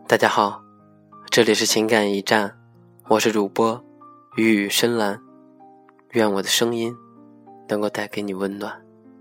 大家好，这里是情感驿站，我是主播雨雨深蓝，愿我的声音能够带给你温暖。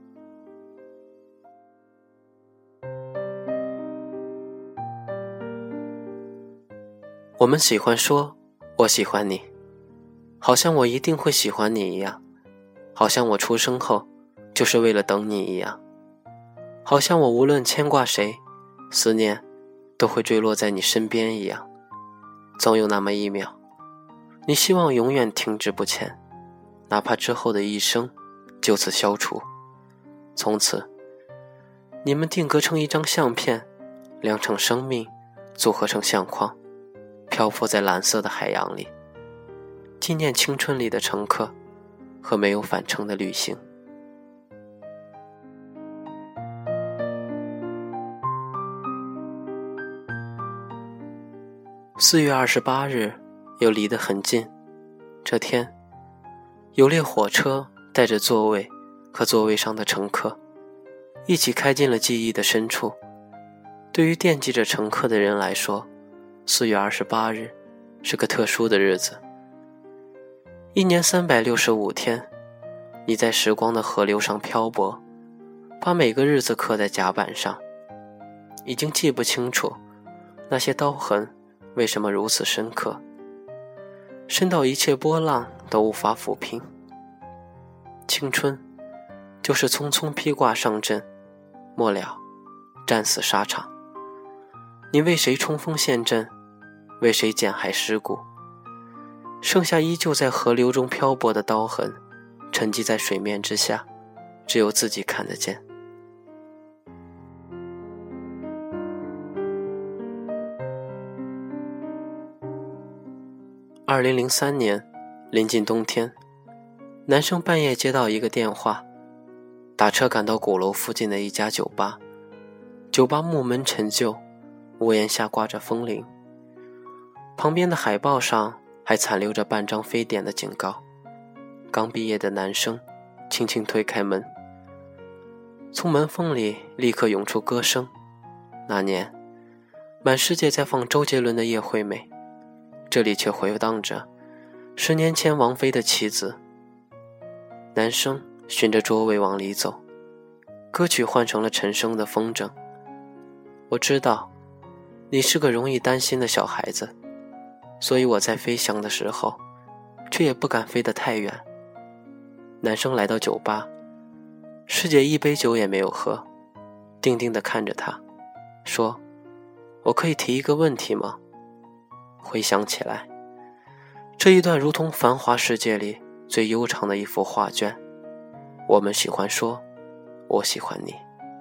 我们喜欢说我喜欢你，好像我一定会喜欢你一样，好像我出生后就是为了等你一样，好像我无论牵挂谁，思念都会坠落在你身边一样。总有那么一秒，你希望永远停滞不前，哪怕之后的一生就此消除。从此你们定格成一张相片，两场生命组合成相框，漂浮在蓝色的海洋里，纪念青春里的乘客和没有返程的旅行。4月28日又离得很近，这天有列火车带着座位和座位上的乘客一起开进了记忆的深处。对于惦记着乘客的人来说，4月28日是个特殊的日子。一年365天，你在时光的河流上漂泊，把每个日子刻在甲板上，已经记不清楚那些刀痕为什么如此深刻，深到一切波浪都无法抚平。青春就是匆匆披挂上阵，末了战死沙场。你为谁冲锋陷阵，为谁捡海尸骨，剩下依旧在河流中漂泊的刀痕，沉积在水面之下，只有自己看得见。2003年，临近冬天，男生半夜接到一个电话，打车赶到鼓楼附近的一家酒吧。酒吧木门陈旧，屋檐下挂着风铃，旁边的海报上还残留着半张非典的警告。刚毕业的男生轻轻推开门，从门缝里立刻涌出歌声。那年满世界在放周杰伦的《叶惠美》，这里却回荡着10年前王菲的棋子。男生循着桌位往里走，歌曲换成了陈升的风筝。我知道你是个容易担心的小孩子，所以我在飞翔的时候却也不敢飞得太远。男生来到酒吧，师姐一杯酒也没有喝，定定地看着他说，我可以提一个问题吗？回想起来，这一段如同繁华世界里最悠长的一幅画卷。我们喜欢说我喜欢你。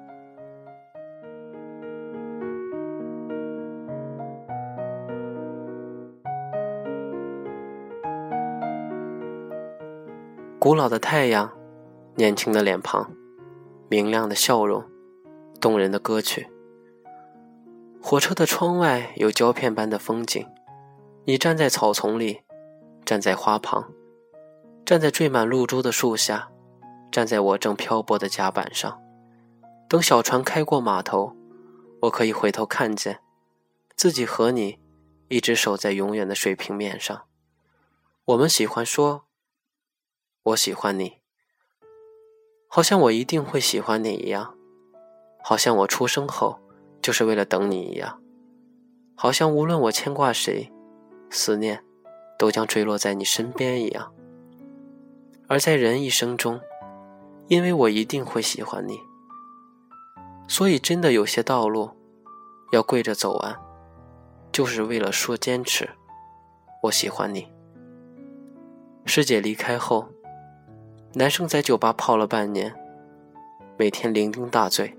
古老的太阳，年轻的脸庞，明亮的笑容，动人的歌曲。火车的窗外有胶片般的风景，你站在草丛里，站在花旁，站在缀满露珠的树下，站在我正漂泊的甲板上。等小船开过码头，我可以回头看见自己和你一直守在永远的水平面上。我们喜欢说我喜欢你，好像我一定会喜欢你一样，好像我出生后就是为了等你一样，好像无论我牵挂谁，思念都将坠落在你身边一样。而在人一生中，因为我一定会喜欢你，所以真的有些道路要跪着走完，就是为了说坚持我喜欢你。师姐离开后，男生在酒吧泡了半年，每天酩酊大醉。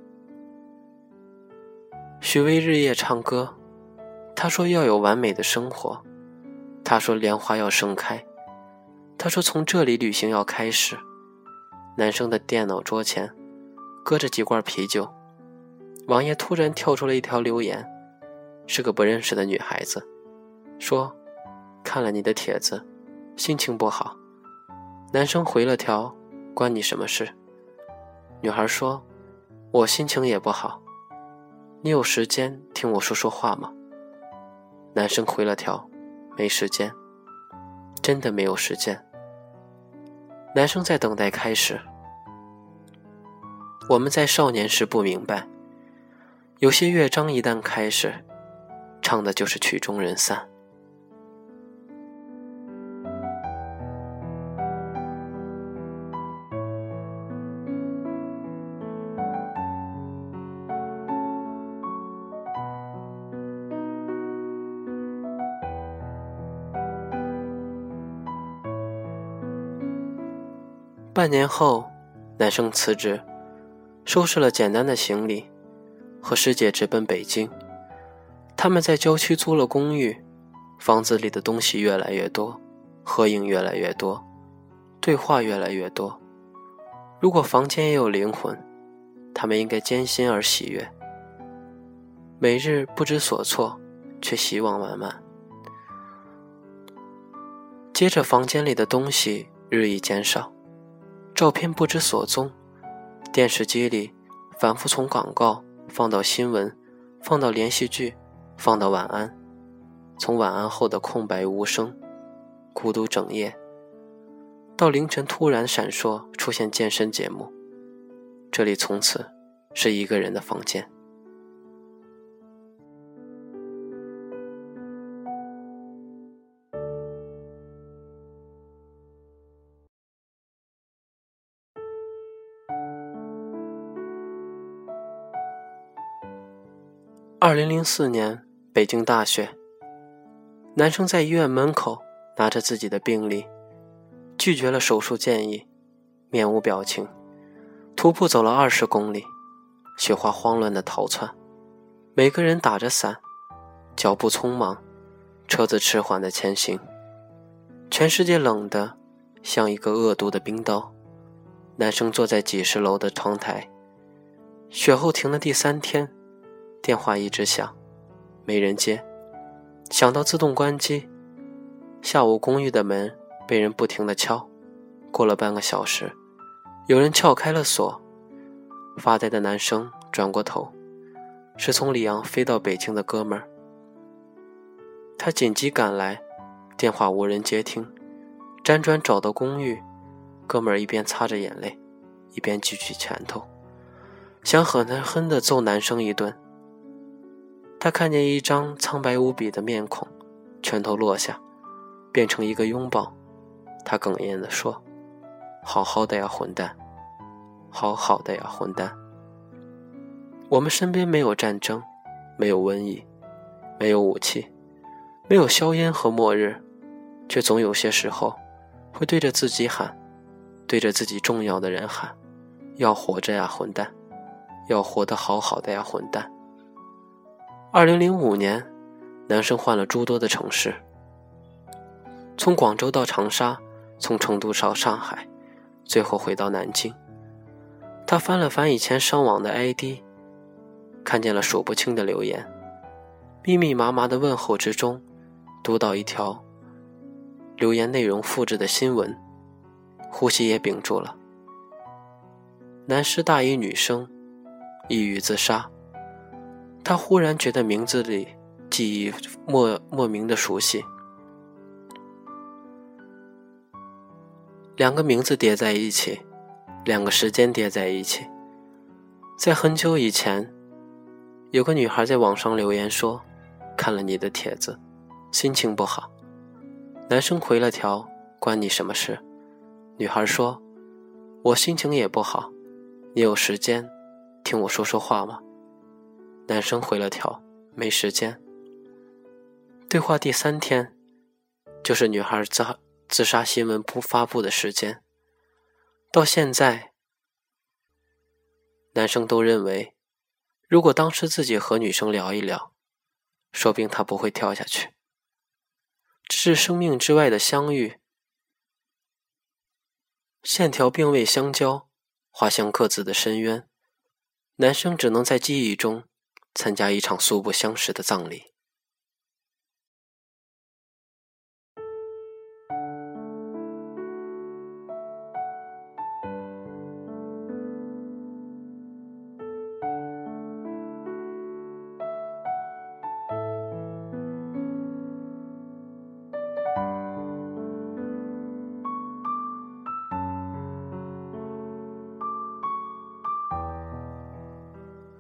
许巍日夜唱歌，他说要有完美的生活，他说莲花要盛开，他说从这里旅行要开始。男生的电脑桌前搁着几罐啤酒，网页突然跳出了一条留言，是个不认识的女孩子，说看了你的帖子，心情不好。男生回了条关你什么事。女孩说我心情也不好，你有时间听我说说话吗？ 男生回了条没时间，真的没有时间。男生在等待开始。我们在少年时不明白，有些乐章一旦开始，唱的就是曲终人散。半年后，男生辞职，收拾了简单的行李，和师姐直奔北京。他们在郊区租了公寓，房子里的东西越来越多，合影越来越多，对话越来越多。如果房间也有灵魂，他们应该艰辛而喜悦，每日不知所措，却希望满满。接着房间里的东西日益减少，照片不知所踪，电视机里反复从广告放到新闻，放到连续剧，放到晚安，从晚安后的空白无声，孤独整夜，到凌晨突然闪烁出现健身节目，这里从此是一个人的房间。2004年，北京大学，男生在医院门口拿着自己的病历，拒绝了手术建议，面无表情，徒步走了20公里，雪花慌乱地逃窜，每个人打着伞，脚步匆忙，车子迟缓地前行，全世界冷得像一个恶毒的冰刀。男生坐在几10楼的窗台，雪后停了第3天，电话一直响，没人接，响到自动关机。下午公寓的门被人不停地敲，过了半个小时，有人撬开了锁。发呆的男生转过头，是从里昂飞到北京的哥们儿。他紧急赶来，电话无人接听，辗转找到公寓，哥们儿一边擦着眼泪，一边举起拳头，想狠狠地揍男生一顿。他看见一张苍白无比的面孔，拳头落下，变成一个拥抱。他哽咽地说：好好的呀，混蛋，好好的呀，混蛋。我们身边没有战争，没有瘟疫，没有武器，没有硝烟和末日，却总有些时候会对着自己喊，对着自己重要的人喊：要活着呀，混蛋，要活得好好的呀，混蛋。2005年，男生换了诸多的城市，从广州到长沙，从成都到上海，最后回到南京。他翻了翻以前上网的 ID， 看见了数不清的留言，密密麻麻的问候之中，读到一条留言内容复制的新闻，呼吸也屏住了。男师大一女生抑郁自杀，他忽然觉得名字里记忆莫名的熟悉。2个名字叠在一起，2个时间叠在一起。在很久以前，有个女孩在网上留言说，看了你的帖子，心情不好。男生回了条，关你什么事？女孩说，我心情也不好，你有时间听我说说话吗？男生回了条，没时间。对话第3天，就是女孩自杀新闻发布的时间。到现在，男生都认为，如果当时自己和女生聊一聊，说不定他不会跳下去。这是生命之外的相遇，线条并未相交，滑向各自的深渊。男生只能在记忆中参加一场素不相识的葬礼。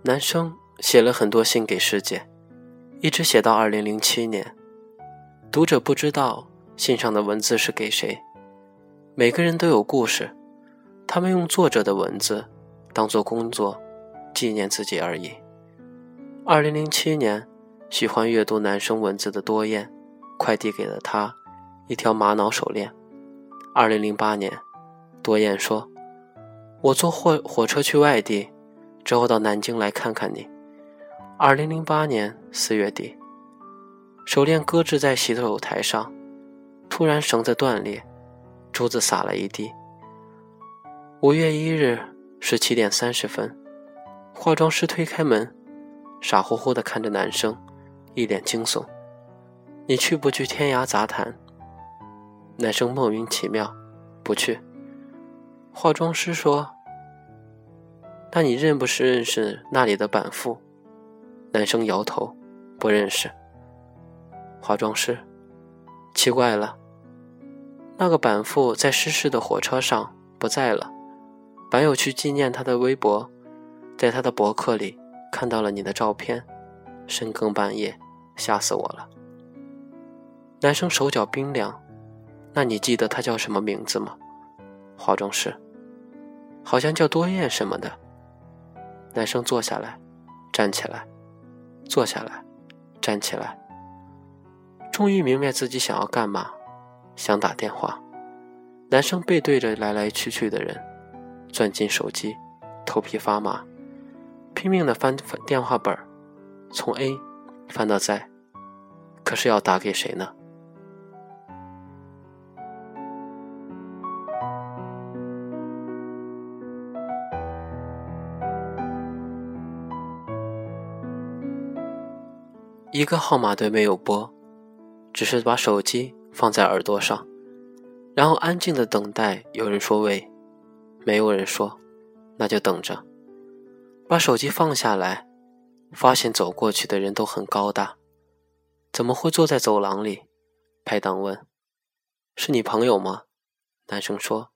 男生写了很多信给师姐，一直写到2007年。读者不知道信上的文字是给谁，每个人都有故事，他们用作者的文字当作工作，纪念自己而已。2007年，喜欢阅读男生文字的多燕快递给了他一条玛瑙手链。2008年，多燕说，我坐火车去外地，之后到南京来看看你。2008年4月底，手链搁置在洗手台上，突然绳子断裂，珠子洒了一地。5月1日17点30分，化妆师推开门，傻乎乎地看着男生，一脸惊悚，你去不去天涯杂谈？男生莫名其妙，不去。化妆师说，那你认不认识那里的板父？男生摇头，不认识。化妆师，奇怪了，那个板父在失事的火车上不在了，板友去纪念他的微博，在他的博客里看到了你的照片，深更半夜，吓死我了。男生手脚冰凉，那你记得他叫什么名字吗？化妆师，好像叫多燕什么的。男生坐下来，站起来，坐下来，站起来，终于明白自己想要干嘛，想打电话。男生背对着来来去去的人，攥紧手机，头皮发麻，拼命地翻电话本，从 A 翻到 Z， 可是要打给谁呢？一个号码都没有拨，只是把手机放在耳朵上，然后安静地等待有人说喂，没有人说，那就等着。把手机放下来，发现走过去的人都很高大，怎么会坐在走廊里？拍档问，是你朋友吗？男生说，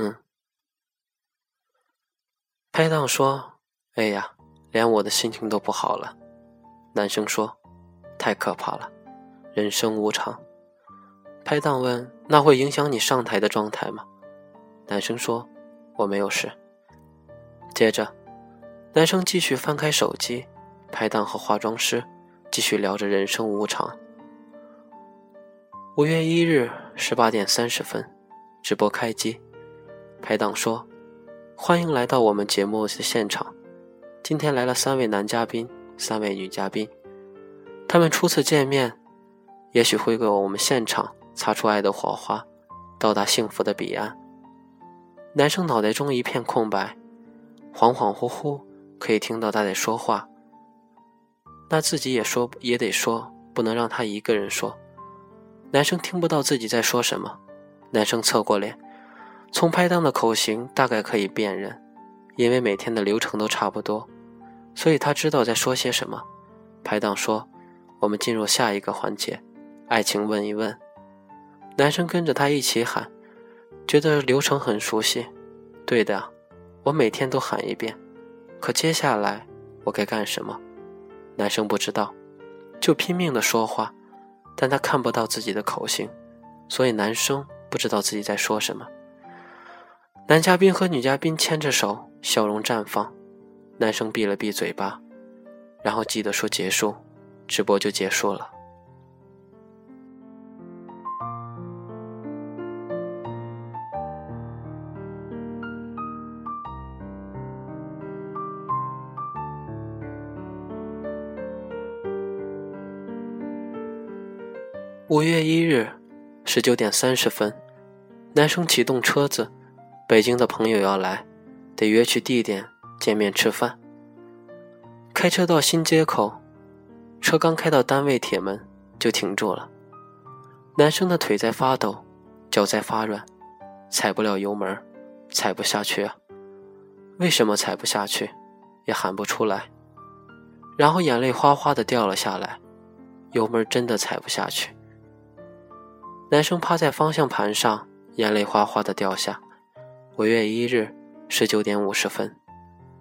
拍档说，哎呀，连我的心情都不好了。男生说，太可怕了，人生无常。拍档问，那会影响你上台的状态吗？男生说，我没有事。接着男生继续翻开手机，拍档和化妆师继续聊着人生无常。5月1日18点30分，直播开机。拍档说，欢迎来到我们节目的现场，今天来了3位男嘉宾，3位女嘉宾，他们初次见面，也许会给我们现场擦出爱的火花，到达幸福的彼岸。男生脑袋中一片空白，恍恍惚惚可以听到他在说话，那自己也得说，不能让他一个人说。男生听不到自己在说什么，男生侧过脸，从拍档的口型大概可以辨认，因为每天的流程都差不多，所以他知道在说些什么。拍档说，我们进入下一个环节，爱情问一问。男生跟着他一起喊，觉得流程很熟悉。对的，我每天都喊一遍，可接下来我该干什么？男生不知道，就拼命地说话，但他看不到自己的口型，所以男生不知道自己在说什么。男嘉宾和女嘉宾牵着手，笑容绽放。男生闭了闭嘴巴，然后记得说结束，直播就结束了。5月1日19点30分，男生启动车子，北京的朋友要来，得约去地点见面吃饭。开车到新街口，车刚开到单位铁门就停住了。男生的腿在发抖，脚在发软，踩不了油门，踩不下去啊！为什么踩不下去？也喊不出来。然后眼泪哗哗地掉了下来，油门真的踩不下去。男生趴在方向盘上，眼泪哗哗地掉下。5月1日19点50分，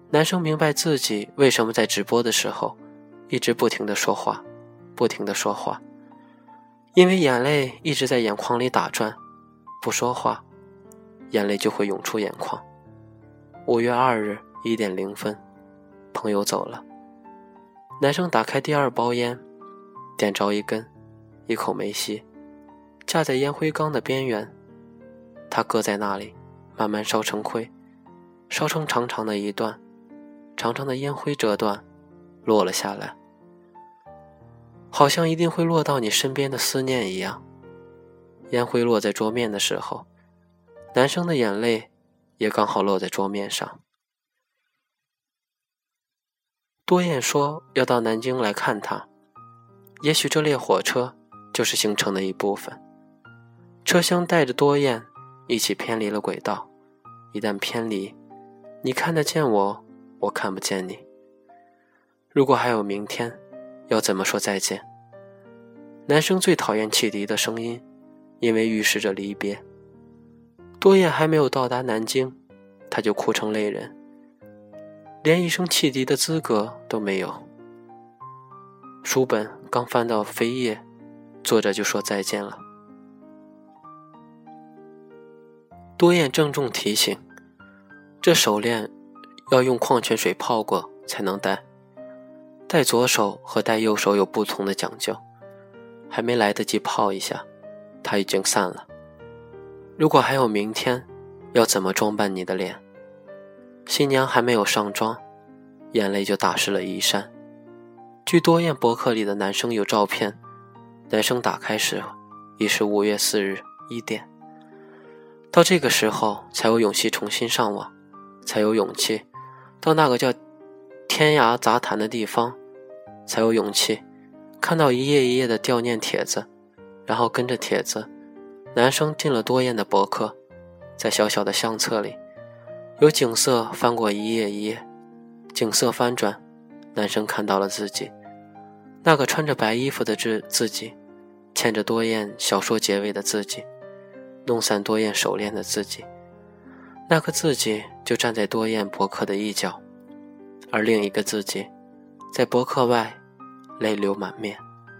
男生明白自己为什么在直播的时候一直不停地说话，因为眼泪一直在眼眶里打转，不说话，眼泪就会涌出眼眶。5月2日1点0分，朋友走了。男生打开第2包烟，点着一根，一口没吸，架在烟灰缸的边缘，他搁在那里，慢慢烧成灰，烧成长长的一段，长长的烟灰折断，落了下来，好像一定会落到你身边的思念一样。烟灰落在桌面的时候，男生的眼泪也刚好落在桌面上。多燕说要到南京来看他，也许这列火车就是行程的一部分。车厢带着多燕一起偏离了轨道，一旦偏离，你看得见我，我看不见你。如果还有明天，要怎么说再见？男生最讨厌汽笛的声音，因为预示着离别。多燕还没有到达南京，他就哭成泪人，连一声汽笛的资格都没有。书本刚翻到扉页，作者就说再见了。多燕郑重提醒，这手链要用矿泉水泡过才能戴，戴左手和戴右手有不同的讲究，还没来得及泡一下，它已经散了。如果还有明天，要怎么装扮你的脸？新娘还没有上妆，眼泪就打湿了衣衫。据多燕博客里的男生有照片，男生打开时已是5月4日1点，到这个时候才有勇气重新上网，才有勇气到那个叫天涯杂谈的地方，才有勇气看到一页一页的悼念帖子，然后跟着帖子，男生进了多燕的博客，在小小的相册里，有景色翻过一页一页，景色翻转，男生看到了自己，那个穿着白衣服的自己，牵着多燕小说结尾的自己，弄散多燕手链的自己，那个自己就站在多燕博客的一角，而另一个自己在博客外泪流满面。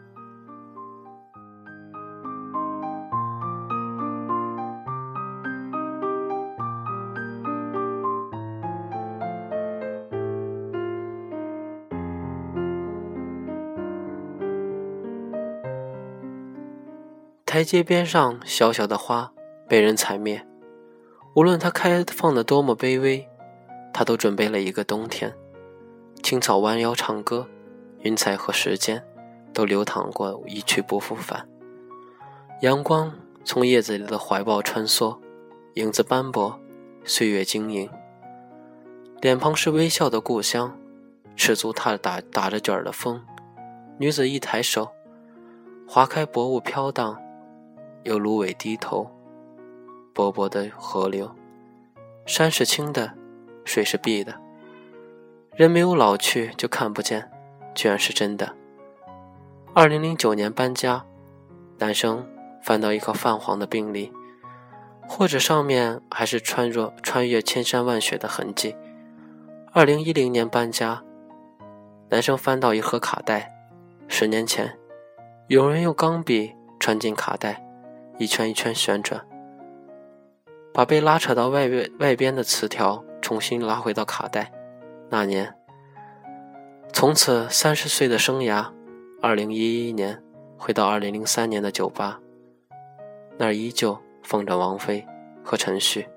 台阶边上小小的花被人踩灭，无论它开放的多么卑微，它都准备了一个冬天。青草弯腰唱歌，云彩和时间都流淌过一去不复返。阳光从叶子里的怀抱穿梭，影子斑驳，岁月晶莹。脸庞是微笑的故乡，赤足踏打着卷的风，女子一抬手，划开薄雾飘荡，有芦苇低头，薄薄的河流，山是青的，水是碧的。人没有老去就看不见，居然是真的。2009年搬家，男生翻到一个泛黄的病历，或者上面还是穿越千山万雪的痕迹。2010年搬家，男生翻到一盒卡带，10年前有人用钢笔穿进卡带，一圈一圈旋转，把被拉扯到外边的词条重新拉回到卡带。那年，从此30岁的生涯，2011年回到2003年的酒吧，那儿依旧放着王菲和陈旭。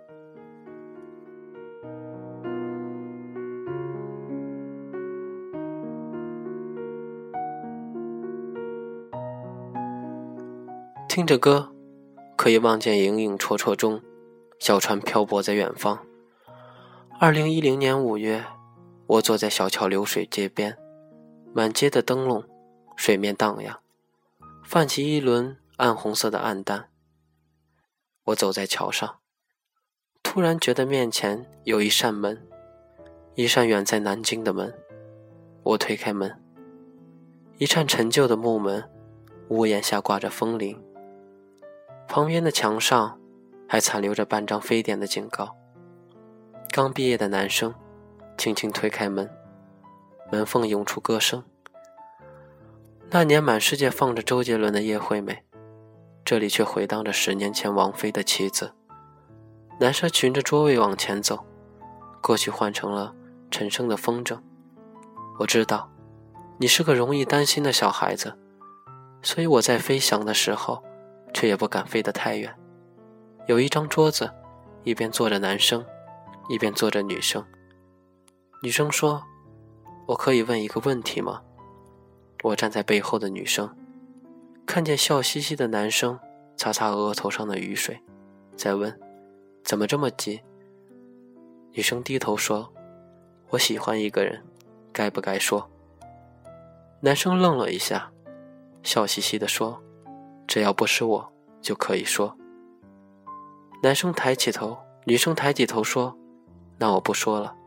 听着歌，可以望见影影绰绰中，小船漂泊在远方。2010年5月，我坐在小桥流水街边，满街的灯笼，水面荡漾，泛起一轮暗红色的暗淡。我走在桥上，突然觉得面前有一扇门，一扇远在南京的门。我推开门，一扇陈旧的木门，屋檐下挂着风铃，旁边的墙上还残留着半张非典的警告。刚毕业的男生轻轻推开门，门缝涌出歌声。那年满世界放着周杰伦的《叶惠美》，这里却回荡着10年前王菲的妻子。男生循着桌位往前走，歌曲换成了陈升的《风筝》。我知道你是个容易担心的小孩子，所以我在飞翔的时候却也不敢飞得太远。有一张桌子，一边坐着男生，一边坐着女生。女生说，我可以问一个问题吗？我站在背后的女生看见笑嘻嘻的男生擦擦额头上的雨水，再问，怎么这么急？女生低头说，我喜欢一个人，该不该说？男生愣了一下，笑嘻嘻地说，只要不是我就可以说。女生抬起头说，那我不说了。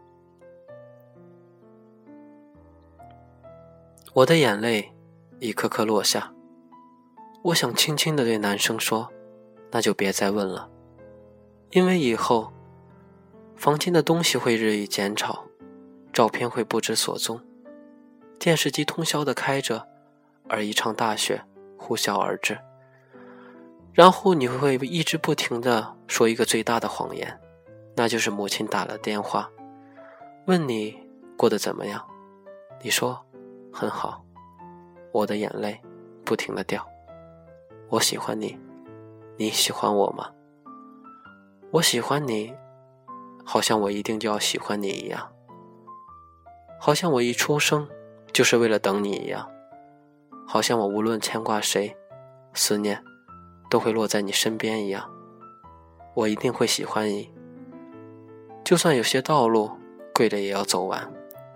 我的眼泪一颗颗落下，我想轻轻地对男生说，那就别再问了，因为以后房间的东西会日益减少，照片会不知所踪，电视机通宵地开着，而一场大雪呼啸而至，然后你会一直不停地说一个最大的谎言，那就是母亲打了电话问你过得怎么样，你说很好。我的眼泪不停地掉。我喜欢你，你喜欢我吗？我喜欢你，好像我一定就要喜欢你一样，好像我一出生就是为了等你一样，好像我无论牵挂谁，思念都会落在你身边一样。我一定会喜欢你，就算有些道路跪着也要走完。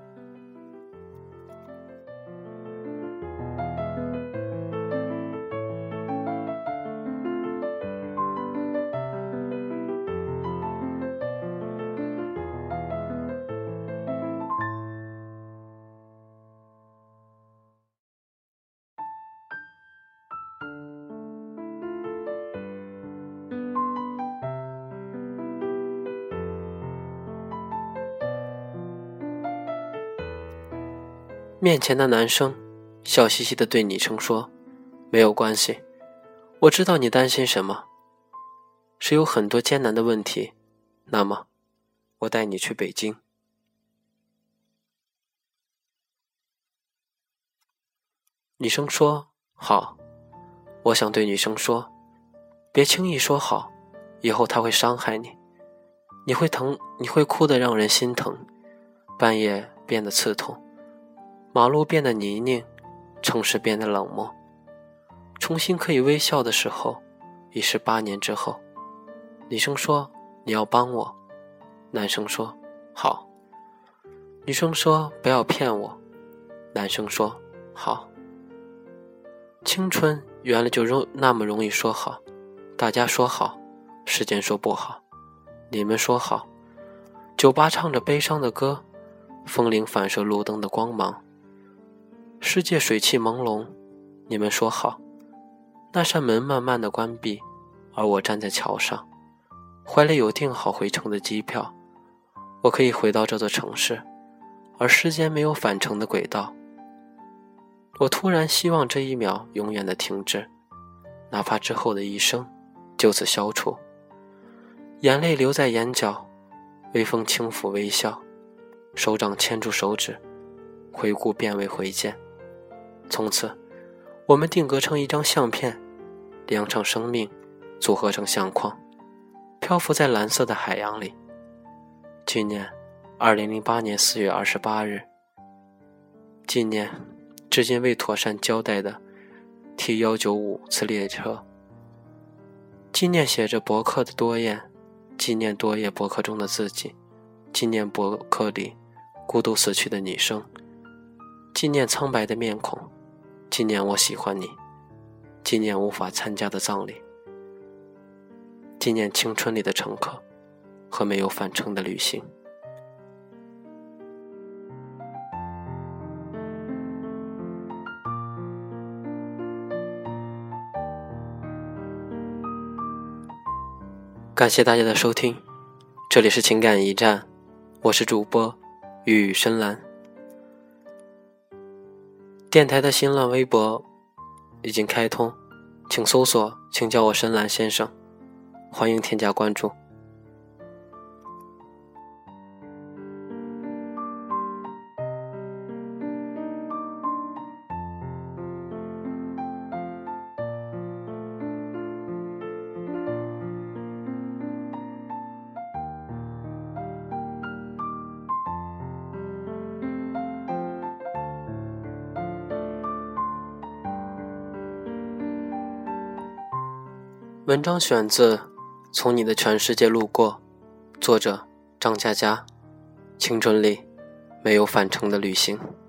面前的男生笑嘻嘻地对女生说，没有关系，我知道你担心什么，是有很多艰难的问题，那么我带你去北京。女生说，好。我想对女生说，别轻易说好，以后他会伤害你，你会哭得让人心疼，半夜变得刺痛，马路变得泥泞，城市变得冷漠，重新可以微笑的时候已是8年之后。女生说，你要帮我。男生说，好。女生说，不要骗我。男生说，好。青春原来就那么容易说好，大家说好，时间说不好，你们说好，酒吧唱着悲伤的歌，风铃反射路灯的光芒，世界水汽朦胧，你们说好。那扇门慢慢的关闭，而我站在桥上，怀里有订好回程的机票，我可以回到这座城市，而时间没有返程的轨道。我突然希望这一秒永远的停止，哪怕之后的一生就此消除。眼泪留在眼角，微风轻抚微笑，手掌牵住手指，回顾变为回见。从此我们定格成一张相片，2场生命组合成相框，漂浮在蓝色的海洋里。纪念2008年4月28日，纪念至今未妥善交代的 T195 次列车，纪念写着博客的多页，纪念多页博客中的自己，纪念博客里孤独死去的女生，纪念苍白的面孔，纪念我喜欢你，纪念无法参加的葬礼，纪念青春里的乘客和没有返程的旅行。感谢大家的收听，这里是情感驿站，我是主播雨深蓝。电台的新浪微博已经开通，请搜索请叫我深蓝先生，欢迎添加关注。文章选自《从你的全世界路过》，作者张嘉佳。青春里没有返程的旅行。